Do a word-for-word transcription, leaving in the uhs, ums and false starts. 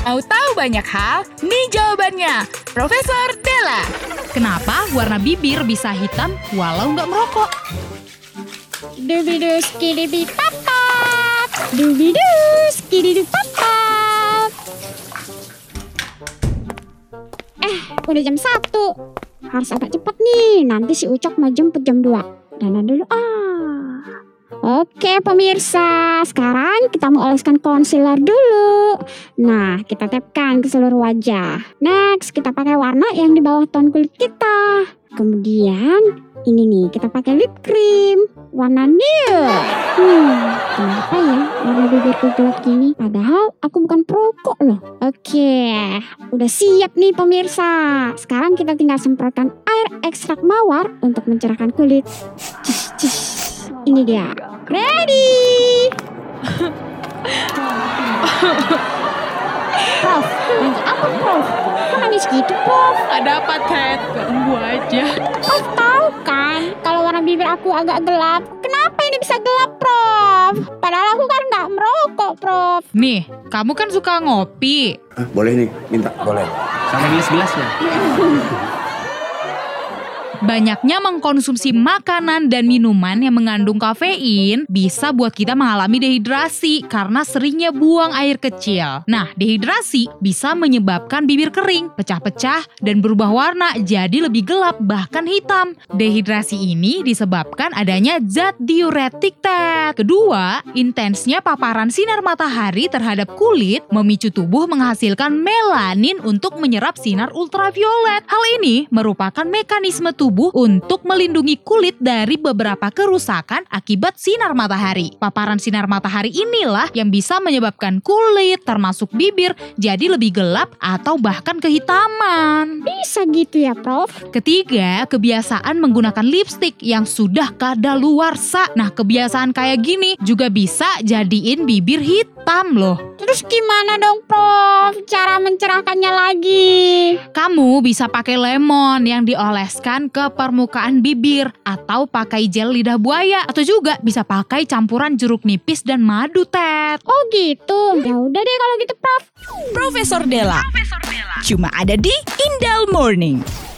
Mau tahu banyak hal? Nih jawabannya, Profesor Della. Kenapa warna bibir bisa hitam walau nggak merokok? Dubidus kidibi papap. Dubidus kidibi papap. Eh, udah jam satu. Harus agak cepat nih, nanti si Ucok mau jemput jam dua. Dana dulu ah. Oke pemirsa, sekarang kita mau oleskan concealer dulu. Nah, kita tapkan ke seluruh wajah. Next, kita pakai warna yang di bawah tone kulit kita. Kemudian, ini nih, kita pakai lip cream. Warna nude. Hmm, kenapa ya warna bibirku gelap gini? Padahal aku bukan perokok loh. Oke, udah siap nih pemirsa. Sekarang kita tinggal semprotkan air ekstrak mawar untuk mencerahkan kulit. Cus, cus. Ini dia. Ready. Prof, lagi apa Prof? Kok nangis gitu Prof? Gak dapat, Ted. Ganggu aja. Prof tahu kan kalau warna bibir aku agak gelap. Kenapa ini bisa gelap Prof? Padahal aku kan gak merokok Prof. Nih, kamu kan suka ngopi. Hah, boleh nih, minta. Boleh. Sama gelas-gelasnya. Banyaknya mengkonsumsi makanan dan minuman yang mengandung kafein bisa buat kita mengalami dehidrasi karena seringnya buang air kecil. Nah, dehidrasi bisa menyebabkan bibir kering, pecah-pecah, dan berubah warna jadi lebih gelap bahkan hitam. Dehidrasi ini disebabkan adanya zat diuretik, Ted. Kedua, intensnya paparan sinar matahari terhadap kulit memicu tubuh menghasilkan melanin untuk menyerap sinar ultraviolet. Hal ini merupakan mekanisme tubuh untuk melindungi kulit dari beberapa kerusakan akibat sinar matahari. Paparan sinar matahari inilah yang bisa menyebabkan kulit, termasuk bibir, jadi lebih gelap atau bahkan kehitaman. Bisa gitu ya Prof? Ketiga, kebiasaan menggunakan lipstik yang sudah kadaluarsa. Nah, kebiasaan kayak gini juga bisa jadiin bibir hitam loh. Terus gimana dong Prof? Cara mencerahkannya lagi? Kamu bisa pakai lemon yang dioleskan ke permukaan bibir atau pakai gel lidah buaya atau juga bisa pakai campuran jeruk nipis dan madu, Ted. Oh gitu. Ya udah deh kalau gitu Prof. Profesor Della. Cuma ada di Indel Morning.